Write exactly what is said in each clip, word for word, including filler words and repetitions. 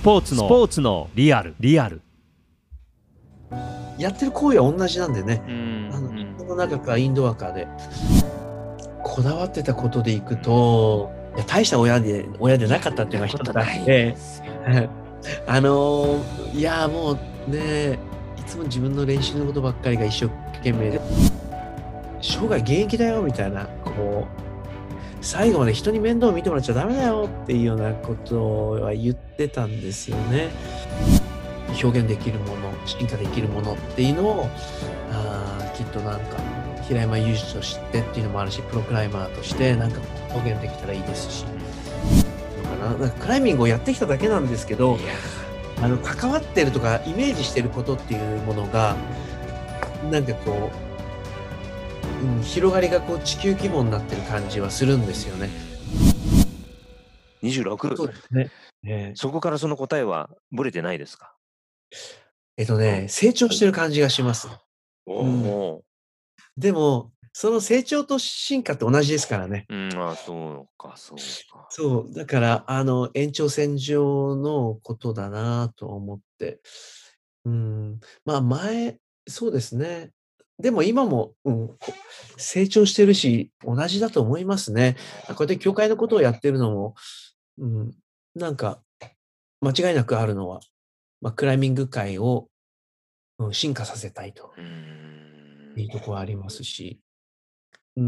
ポーツのスポーツのリアルリアルやってる行為は同じなんでね、 うんあのうんインドの中かインドアかでこだわってたことでいくと、いや大した親で親でなかったっていうのが一つあってあのー、いやもうねいつも自分の練習のことばっかりが一生懸命で生涯現役だよみたいなこう最後まで人に面倒を見てもらっちゃダメだよっていうようなことは言ってたんですよね。表現できるもの、進化できるものっていうのをあきっとなんか平山裕二としてっていうのもあるし、プロクライマーとしてなんか表現できたらいいですし、のかな、なんかクライミングをやってきただけなんですけど、あの関わってるとかイメージしてることっていうものがなんかこう。うん、広がりがこう地球規模になってる感じはするんですよね。 にじゅうろく。 そうですね。えー、 そこからその答えはブレてないですか？ えっとね、成長してる感じがします。 おうん、でもその成長と進化って同じですからね。 うん、あ、そうかそうか。 そうだからあの延長線上のことだなと思って、うん、まあ前そうですね。でも今も、うん、成長してるし同じだと思いますね。こうやって教会のことをやってるのも、うん、なんか間違いなくあるのは、まあ、クライミング界を、うん、進化させたいというところはありますし、うん、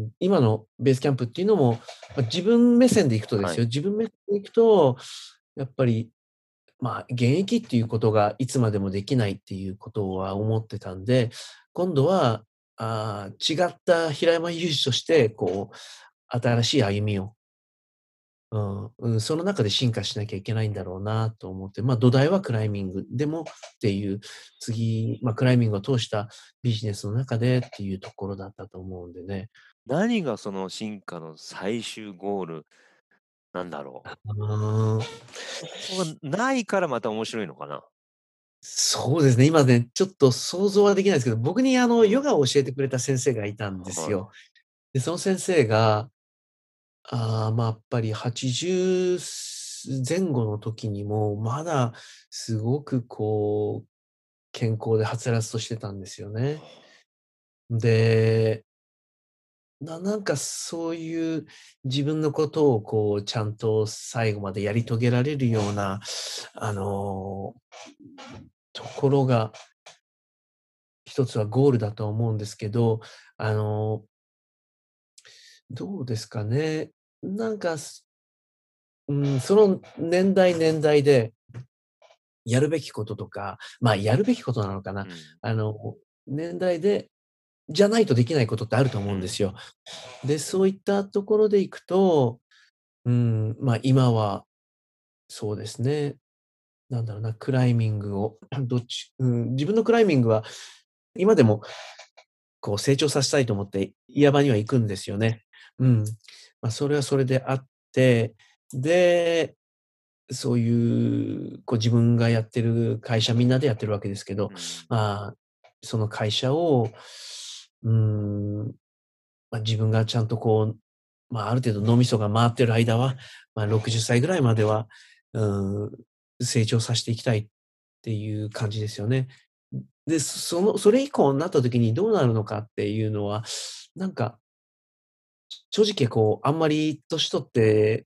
今のベースキャンプっていうのも、まあ、自分目線でいくとですよ、 はい、 自分目線でいくと、やっぱり、まあ、現役っていうことがいつまでもできないっていうことは思ってたんで、今度は、あ違った平山雄二として、こう、新しい歩みを、うんうん、その中で進化しなきゃいけないんだろうなと思って、まあ、土台はクライミングでもっていう、次、まあ、クライミングを通したビジネスの中でっていうところだったと思うんでね。 何がその進化の最終ゴールなんだろう。 あそこがないからまた面白いのかな。 そうですね、今ね、ちょっと想像はできないですけど、僕にあの、ヨガを教えてくれた先生がいたんですよ。で、その先生が、ああ、まあ、やっぱりはちじゅう前後の時にも、まだすごくこう、健康ではつらつとしてたんですよね。で、ななんかそういう自分のことをこう、ちゃんと最後までやり遂げられるような、あの、ところが一つはゴールだと思うんですけど、あの、どうですかね。なんか、すうん、その年代年代でやるべきこととか、まあ、やるべきことなのかな。 うん、 あの、年代でじゃないとできないことってあると思うん、 うんですよ。で、そういったところでいくと、うん、まあ、今はそうですね、なんだろうな、クライミングをどっちうん、自分のクライミングは今でもこう成長させたいと思って岩場には行くんですよね。うん。まあ、それはそれであって、で、そういう、こう自分がやってる会社みんなでやってるわけですけど、 うん、 まあ、その会社を、うーん、まあ、自分がちゃんとこう、まあ、ある程度脳みそが回ってる間は、まあ、ろくじゅっさいぐらいまでは、うーん、成長させていきたいっていう感じですよね。で、そのそれ以降になった時にどうなるのかっていうのは、なんか、正直こう、あんまり年取って、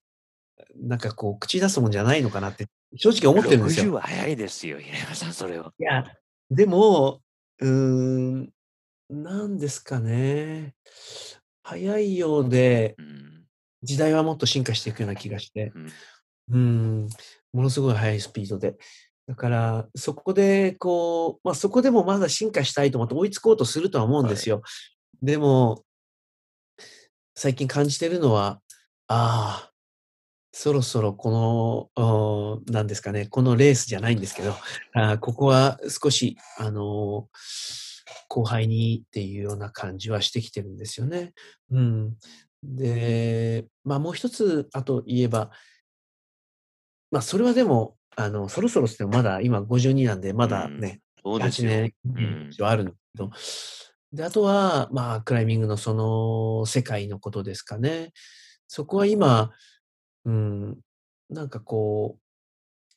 なんかこう、口に出すもんじゃないのかなって正直思ってるんですよ。 ろくじゅうは早いですよ、平山さん、それは。 いや、でも、うーん、なんですかね。早いようで、 うん、 時代はもっと進化していくような気がして、 うん、 うーん、ものすごい速いスピードで。だから、そこでこう、ま、そこでもまだ進化したいと思って追いつこうとするとは思うんではい。 すよ。でも、最近感じてるのは、ああ、そろそろこの、おなんですかね、このレースじゃないんですけど、ああ、ここは少し、あの、後輩にっていうような感じはしてきてるんですよね。うん。で、ま、もう一つ、あと言えば、ま、それはでも、あの、そろそろっつってもまだ今ごじゅうになんで、まうん、 だね、8 そうですよ。 年うん、 以上あるんけど、で、あとは、まあ、クライミングのその世界のことですかね。そこは今、うん、なんかこう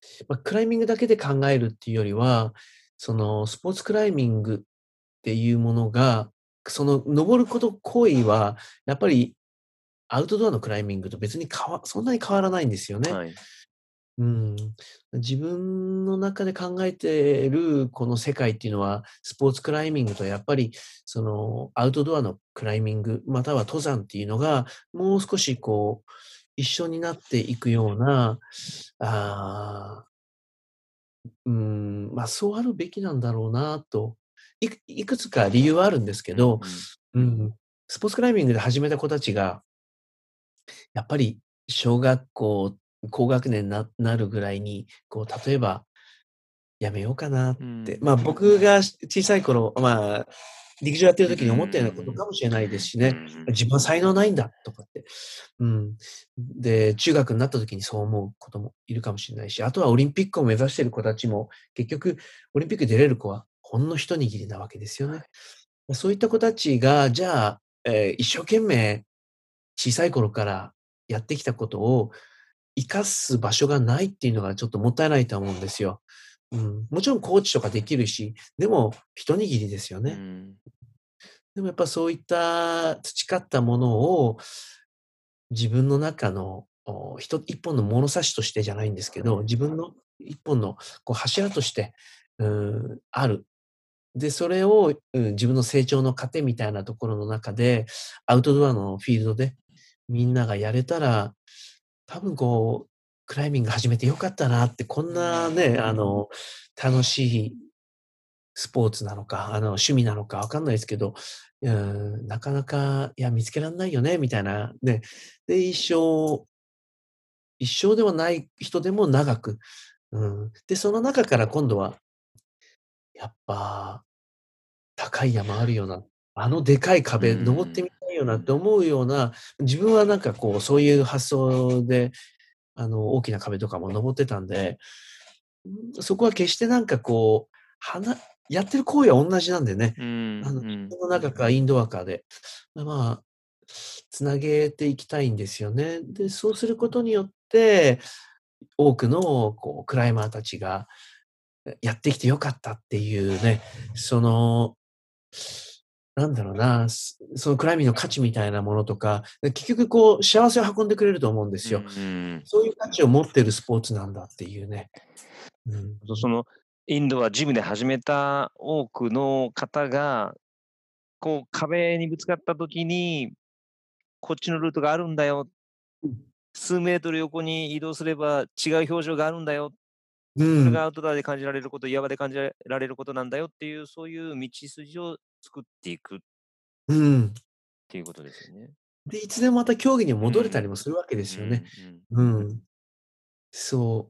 ま、クライミングだけで考えるっていうよりは、そのスポーツクライミングっていうものが、その登ること行為は、やっぱりアウトドアのクライミングと別にかわそんなに変わらないんですよね。 はい。 うん。自分の中で考えてるこの世界っていうのは、スポーツクライミングとやっぱり、そのアウトドアのクライミング、または登山っていうのが、もう少しこう、一緒になっていくような、ああ、うーん、ま、そうあるべきなんだろうなと。いくいくつか理由はあるんですけうんど、 うん。 うん、スポーツクライミングで始めた子たちがやっぱり小学校高学年ななるぐらいに、こう例えばやめようかなって、 うん。 まあ、僕がし小さい頃、まあ、陸上やってるうん時に思ったようなことうんかもしれないですしうん。うね。 ん自分は才能ないんだとかって。うん。で、中学になった時にそう思うこともいるかもしれないし、あとはオリンピックを目指している子たちも、結局オリンピック出れる子はほんの一握りなわけですよね。 はい。 そういった子たちが、じゃあ、えー一生懸命小さい頃からやってきたことを生かす場所がないっていうのがちょっともったいないと思うんですよ。うん、もちろんコーチとかできるし、でも一握りですよね。 うん。 でもやっぱそういった培ったものを自分の中の、おひと一本の物差しとしてじゃないんですけど、 はい。 自分の一本のこう柱として、うーん、ある。で、それを、うん、自分の成長の糧みたいなところの中で、アウトドアのフィールドでみんながやれたら、多分こう、クライミング始めてよかったなって、こんなね、あの、楽しいスポーツなのか、あの、趣味なのかわかんないですけど、うーん、なかなか、いや、見つけらんないよねみたいな、ね。で、一生一生ではない人でも長く、うん。で、その中から今度は、やっぱ高い山あるよな、あのでかいう壁登ってん。 みたいよなって思うような、自分はなんかこう、そういう発想で、あの、大きな壁とかも登ってたんで、うん、そこは決してなんかこう、はなやってる行為はおんなじなんでね、 うんあの、 うん。 の中かインドアかで、ままあ、繋げていきたいんですよね。で、そうすることによって、多くのこうクライマーたちが、え、やってきて良かったっていうね、そのなんだろうな、すそのクライミングの価値みたいなものとか、で、結局こう幸せを運んでくれると思うんでうすよ。 ん。 そういう価値を持ってるスポーツなんだっていうね。うん。 と、その、インドはジムで始めた多くの方が、こう壁にぶつかった時に、こっちのルートがあるんだよ、 うん。 数メートル横に移動すれば違う表情があるんだよ、 うん。 それがアウトドアで感じられること、岩場で感じられることなんだよっていう、そういう道筋を作っていくっうん。 ていうことですよね。 で、いつでもまた競技にうん。 戻れたりもするわけでうんすよね。 うん。 うん。そう。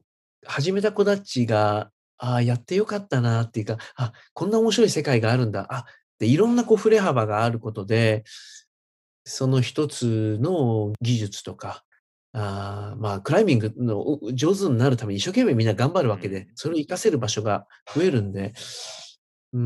始めた子たちが、ああ、やってよかったなっていうか、あ、こんな面白い世界があるんだ。あ、で、いろんなこう振れ幅があることで、その一つの技術とか、ああ、まあ、クライミングのう上手になるために一生懸命みんな頑張るわけで、 うん。 それを活かせる場所が増えるんで、うん。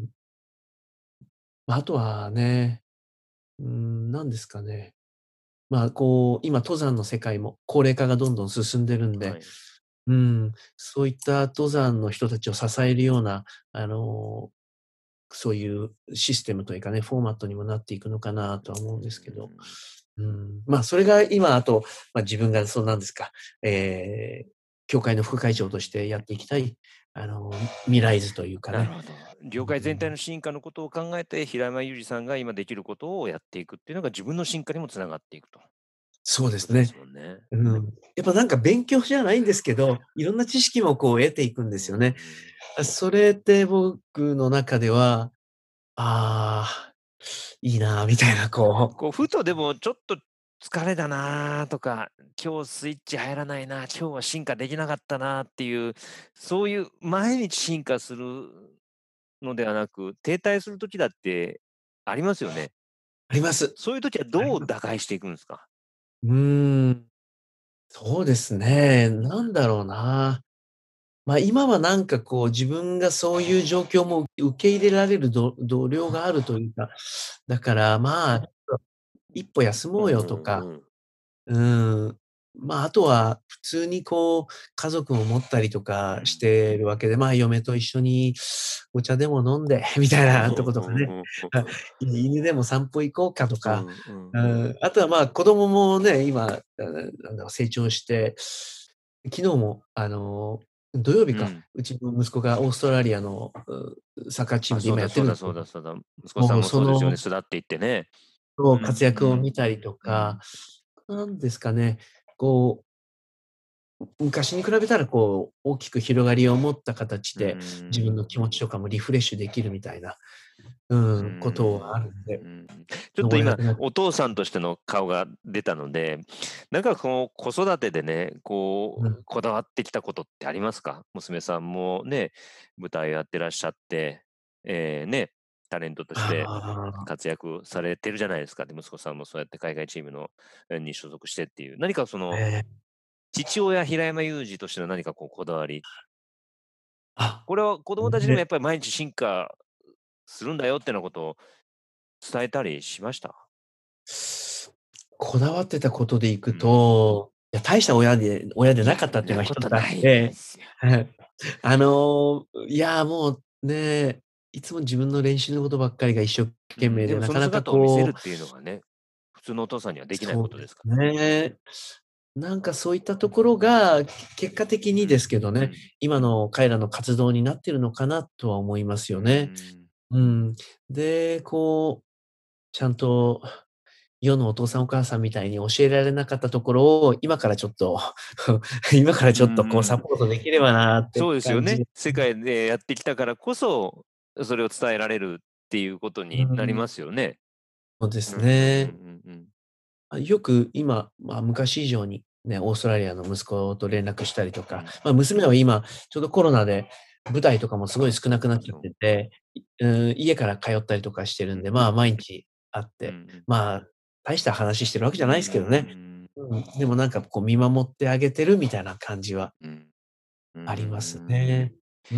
ま、あとはね、うーん、なんですかね。まあ、こう、今登山の世界も高齢化がどんどん進んでるんで、 はい。 うん、そういった登山の人たちを支えるような、あの、そういうシステムというかね、フォーマットにもなっていくのかなとは思うんうですけど。 ん。 うん、まあ、それが今あと、ま、自分がそうなんですか、ええ、協会の副会長としてやっていきたい、あの、未来図というかね。 なるほど。業界うん、 全体の進化のことを考えて、平山ユージさんが今できることをやっていくっていうのが自分の進化にもつながっていくということでそうですね。 すもんね。 うん。やっぱなんか勉強じゃないんですけど、いろんな知識もこう得ていくんでうすよね。 ん。 あ、それって僕の中では、ああ、いいなみたいなこう、 こうふとでもちょっと疲れだなとか、今日スイッチ入らないな、今日は進化できなかったなっていう、そういう毎日進化するのではなく、停滞する時だってありますよね。 あります。 そういう時はどうあります。 打開していくんですか？ うーん、そうですね。なんだろうな。ま、今はなんかこう自分がそういう状況も受け入れられるど度量があるというか、だからまあ、ちょっと一歩休もううんうよとか、 んうん。 うーん。 まあ、あとは普通にこう、家族を持ったりとかしうん。 てるわけで、まあ、嫁と一緒にお茶でも飲んでみたいなとことかね。 うんうんあ、い犬でも散歩行こうかとか、 うんうんうん。 うん、あとは、まあ、子供もね、今、あ、なんだろう、成長して、昨日もあの、土曜日か、 うん。 うちの息子がオーストラリアの、うサッカーチーあ、 ムで今やそうだそうだってるんですけど、 そうだそうだ。息子さんもうもそうですよね、 その巣立っていってね。 そう、 うん活躍をうん見たりとか、 うん。 なんですかね、こう、昔に比べたらこう、大きく広がりを持った形うーで、自分ん。 の気持ちとかもリフレッシュできるみたいな、ううーん、ことはあん。 るんで、 うん。ちょっと今、 登れなくなっお父さんとしての顔が出たので、なんかこう、子育てでね、こう、 うん。 こだわってきたことってありますか？娘さんもね、舞台やってらっしゃって、ええ、ね、タレントとしあてあ、 活躍されてるじゃないですか。で、息子さんもそうやって海外チームのえ、に所属してっていう。何かその、 ええ、 父親平山裕二としての何かこうこだわり、 あ、 これは子供たちにもやね、 っぱり毎日進化するんだよってなことを伝えたりしました？ こだわってたことでいくうん。 と、いや、大した親で親でいや、 なかったっていうのがんなこ一つあっとないでて、 すよ。 はい。あの、いや、もうね、いつも自分の練習のことばっかりが一生うん、 懸命で、 でもそのなかなか姿を見せるこう、 っていうのがね、普通のお父さんにはできないそうですことですから。 ね。なんかそういったところが、結果的にですうん、 けどね、 うん、 今の彼らの活動になってるのかなとは思いますうーよね。 ん、 うん。で、こう、ちゃんと世のお父さんお母さんみたいに教えられなかったところを、今からちょっと今からうんちょっとこううん。 サポートできればなってそうですよね。 感じで。 世界でやってきたからこそ、それを伝えられるっていうことうになりまん、 すよね。 そうでうん、 すうんうんね。 うんうん。 あ、よく今、まあ、昔以上にね、オーストラリアの息子と連絡したりとか、 うん、 まあ、娘は今、ちょうどコロナで舞台とかもすごいあ、そう少なくなっちゃっそう。 てて、いうん、家から通ったりとかしてるんで、 うん、 まあ、毎日会っうんうて、 ん。 まあ、大した話してるわけじうゃないですけどね。 ん、 うん、でもなんかこう見守ってあげてるみたいな感じはうん、うありますん。 ね。うん。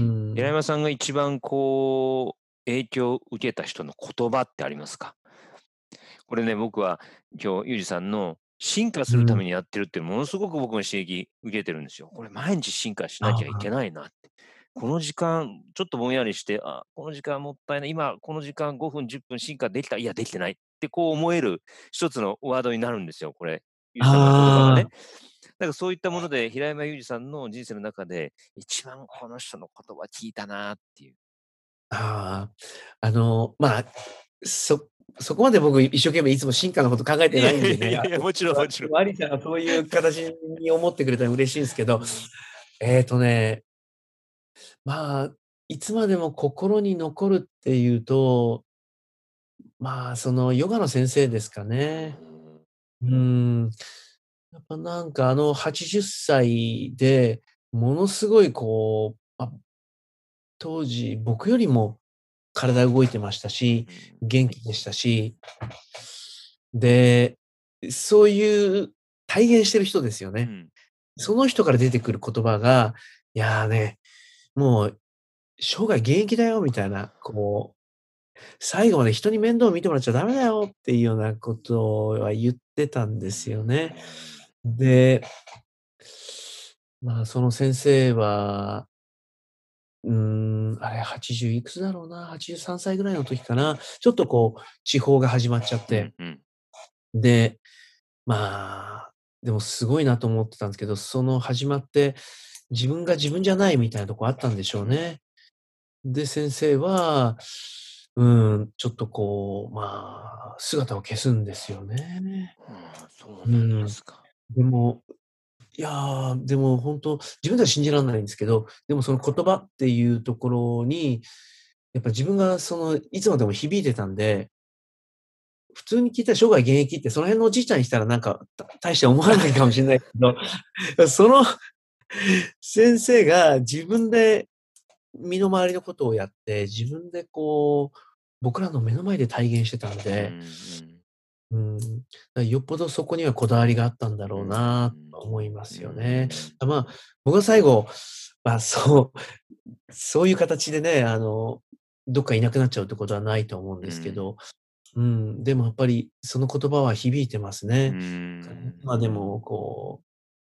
平山さんが一番こう、影響を受けた人の言葉ってありますか？これね、僕は今日ユージさんの進化するたうん。 めにやってるってものすごく僕も刺激受けてるんですよ。これ毎日進化しなきゃいああ、 けないなって。この時間、ちょっとぼんやりして、あ、この時間もったいない、今この時間ごふん、じゅっぷん進化できた、いやできてないってこう思える一つのワードになるんですよ、これ。ユージさんの言葉がね。 あなんかそういったもので、平山ユージさんの人生の中で、一番この人の言葉聞いたなっていう。 あ、ああ、あの、まあ、そそこまで僕一生懸命いつも進化のこと考えていやないんでね、あ、 いやいやいや、もちろんもちろん。 でもアリさんがそういう形に思ってくれたら嬉しいんすけど、 うん。 ええとね、まあ、いつまでも心に残るっていうと、まあ、そのヨガの先生ですかね。 うん。 うーん。やっぱなんかあのはちじゅっさいで、ものすごいこう、あ、当時僕よりも体動いてましたし、 うん。 元気でしたし、で、そういう体現してる人ですよね。 うん。 その人から出てくる言葉が、いやね、もう生涯現役だよみたいな、こう、最後まで人に面倒を見てもらっちゃダメだよっていうようなことは言ってたんですよね。で、まあ、その先生は、うーん、あれはちじゅういくつだろうな、はちじゅうさんさいぐらいの時かな、ちょっとこう、痴呆が始まっちゃって、 うんうん。 で、まあ、でもすごいなと思ってたんですけど、その始まって、自分が自分じゃないみたいなとこあったんでしょうん。 うね。で、先生は、うーん、ちょっとこう、まあ、姿を消すんですよね。 ああ、そうなんでうん。 すか。 でも、いや、でもほんと、自分では信じらんないんですけど、でもその言葉っていうところに、やっぱ自分がその、いつまでも響いてたんで、普通に聞いたら生涯現役ってその辺のおじいちゃんにしたらなんか、た大して思わないかもしんないけど、その先生が自分で身の回りのことをやって、自分でこう、僕らの目の前で体現してたんうんうで、 ん。 うん、だよっぽどそこにはこだわりがあったんだうろうなん。 と思いまうすよね。 ん。 まあ、僕は最後、まあ、そうそういう形でね、あの、どっかいなくなっちゃうってことはないと思うんうん。 ですけど、うん、でもやっぱりその言葉は響いてますうね。いん。 今でもこう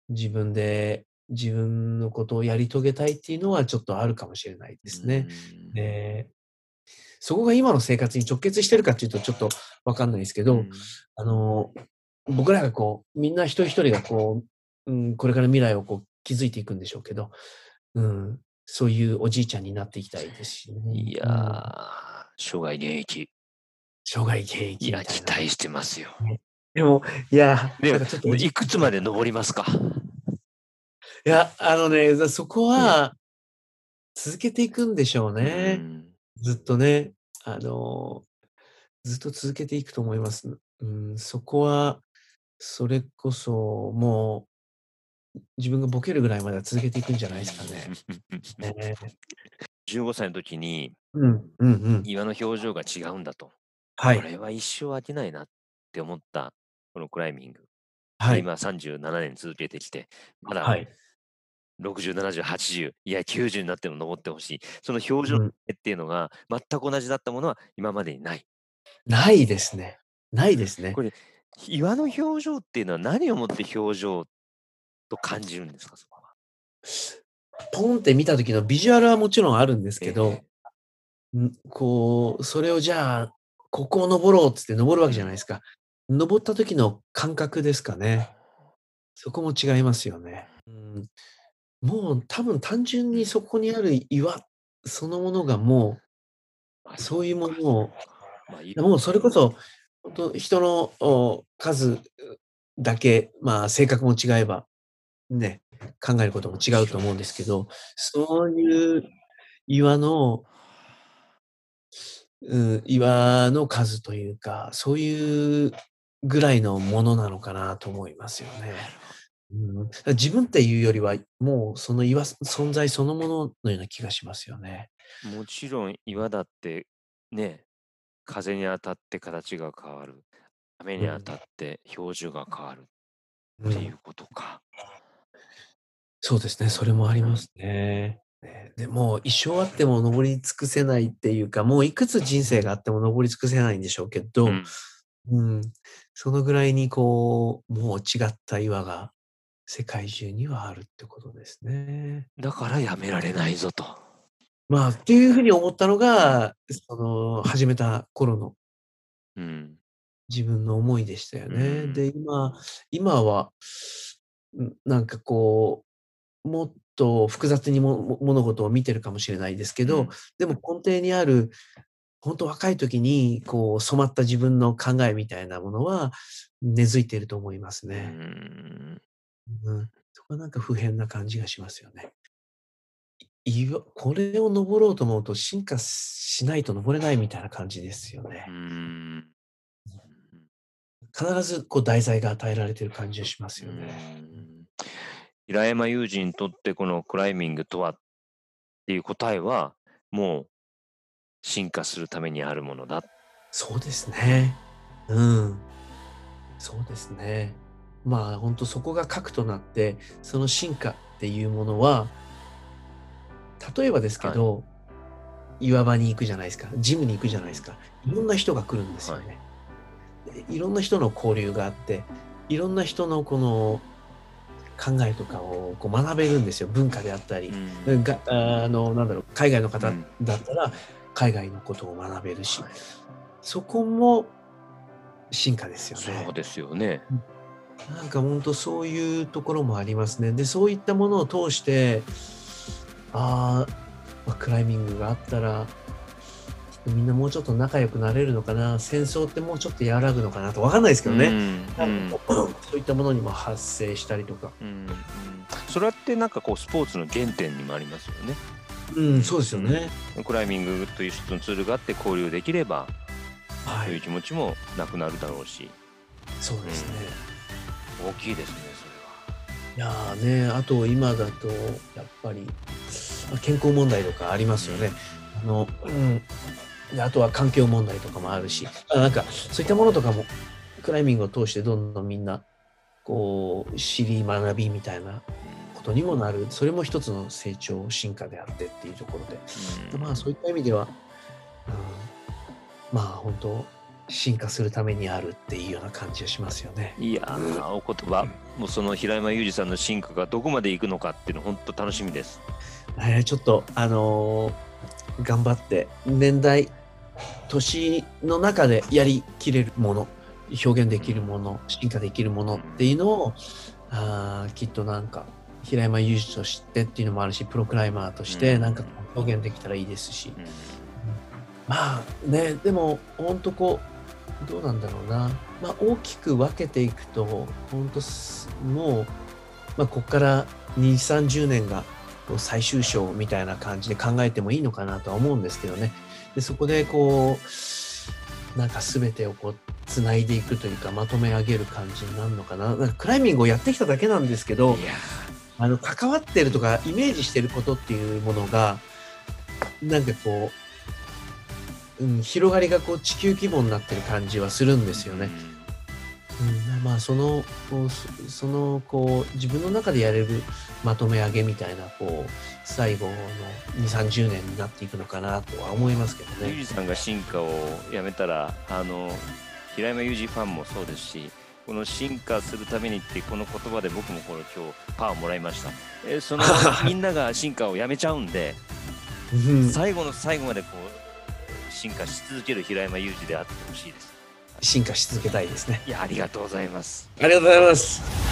自分で自分のことをやり遂げたいっていうのはちょっとあるかもしれないですね。 ん。 で、そこが今の生活に直結してるかっていうとちょっとわかんないですけど、 うん。 あの、僕らがこう、みんな一人一人がこう、うん、これから未来をこう築いていくんでしょうけど、うん、そういうおじいちゃんになっていきたいですしね。 いやうん、 ー、生涯現役。 生涯現いや、 役みたいな期待してますよ。 ね。でも、いや、 でも、 なんかちょっとおじいくつまで登りますか？ いや、あのね、ざそこええ。 は続けていくんでしょううーね。 ん。 ずっとね、あの、ずっと続けていくと思います。うん、そこは、それこそ、もう、自分がボケるぐらいまでは続けていくんじゃないですかね。ね。 じゅうごさいの時に、 うん、うんうん。 岩の表情が違うんだと。 はい、 これは一生飽きないなって思った、このクライミング。で、 はい、 今さんじゅうななねん続けてきて、まだはい。 ろくじゅう、ななじゅう、はちじゅう、いやきゅうじゅうになっても登ってほしい。その表情うん。 っていうのが全く同じだったものは今までにない。 ないですね。ないですね。 これ、岩の表情っていうのは何をもって表情と感じるんですか？そこは。 ポンって見た時のビジュアルはもちろんあるんですえけど、 え。 ん、こう、それをじゃあ、ここを登ろうっつって登るわうん。 けじゃないですか。登った時の感覚ですかね。そこも違いますよね。うん。もう多分単純うん。 にそこにある岩そのものがもあ、 う、そういうもそうか、 のを、 そうか。まあ、いもうそれこそ、ほんと人の、お数だけ、まあ、性格も違えば、ね、考えることもも違うと思うんちろんです。 ですけど、そういう岩のうん、岩の数というか、そういうぐらいのものなのかなと思いますよね。 なるほうん、自分っていうよりは、もうその岩存在そのもののような気がしますよね。 ど。もちろん岩だってね、風に当たって形が変わる。雨にうん、 当たって表情が変わるっうん。 ていうことか。 そうですね、 うそれもありーん。 ますね。ね、でも一生あっても登り尽くせないっていうか、もういくつ人生があっても登り尽くせないんでしょうけど、 うん。 うん、そのぐらいにこう、もう違った岩が世界中にはあるってことですね。 だからやめられないぞと。 まあ、っていう風に思ったのうん。 が、その始めた頃のうん。 自分の思いでしたようね。で、 ん。 今今は、ん、なんかこう、もっと複雑にもも物事を見てるかもしれないですけど、 うん。 でも根底にある、ほんと若い時にこう染まった自分の考えみたいなものは根付いていると思いますうーね。 ん。 うん。そこはなんか不変な感じがしますよね。いわこれを登ろうと思うと進化しないと登れないみたいな感じですようーね。 ん。 必ずこう題材が与えられてる感じがしまうーすよね。 ん。平山ユージにとってこのクライミングとはっていう答えは、もう進化するためにあるものだ。 そうですね。うん。そうですね。まあ、ほんとそこが核となって、その進化っていうものは、例えばですけはい。 ど、岩場に行くじゃないすか、ジムに行くじゃないすうん。 か。いろんな人が来るんですよはい。 ね。で、いろんな人の交流があって、いろんな人のこの考えとかをこう学べるんですよ。文化であったり、 うん。 うんがあの、なんだろう、海外の方うん。 だったら、海外のことを学べるし、 はい。 そこも進化ですよね。 そうですよね。 うん。なんかほんとそういうところもありますね。で、そういったものを通して、ああ、ま、クライミングがあったら、みんなもうちょっと仲良くなれるのかな、戦争ってもうちょっと和らぐのかなと、わかんないですうけどね。 ん、うなんかん、 こう、そういったものにも発生したりとか。 うん、うん。それってなんかこうスポーツの原点にもありますよね。 うん、そうですうよね。 ん。クライミングという一つのツールがあって交流できれば、 はい。 そういう気持ちもなくなるだろうし。 そうですね。 うん。大きいですね、 いや、ね、あと今だとやっぱり、ま、健康問題とかありますよね。 それは。 あの、うん。で、あとは環境問題とかもあるし、あ、なんかそういったものとかも、クライミングを通してどんどんみんな、こう知り学びみたいなうん。うん。 ことにもなる、それも一つの成長、進化であってっていうところで、 うで、まあ、 ん。 そういった意味では、うん、まあ、ほんと進化するためにあるっていうような感じがしますよね。 いやー、お言葉、もうその平山裕二さんの進化がどこまでいくのかっていうの本当楽しみです。 えーちょっとあのー頑張って年代年の中でやりきれるもの、表現できるもの、進化できるものっていうのを、あーきっとなんか平山裕二としてっていうのもあるし、プロクライマーとしてなんか表現できたらいいですし、 うんまあね、でも本当こうどうなんだろうな、まあ、大きく分けていくと本当すもう、まあ、ここからにじゅう、さんじゅうねんがこう最終章みたいな感じで考えてもいいのかなとは思うんですけどね。でそこでこうなんか全てをこうつないでいくというかまとめ上げる感じになるのかな。なんかクライミングをやってきただけなんですけど、 いやあの関わってるとかイメージしてることっていうものがなんかこう、うん、広がりがこう地球規模になってる感じはするんですよね。うん、まあそのこうそそのこう自分の中でやれるまとめ上げみたいなこう最後のに、さんじゅうねんになっていくのかなとは思いますけどね。 裕二さんが進化をやめたら、あの平山裕二ファンもそうですし、この進化するためにってこの言葉で僕もこの今日パワーをもらいました。えーそのみんなが進化をやめちゃうんで、 うん最後の最後までこう進化し続ける平山裕二であってほしいです。 進化し続けたいですね。 いや、ありがとうございます。 ありがとうございます。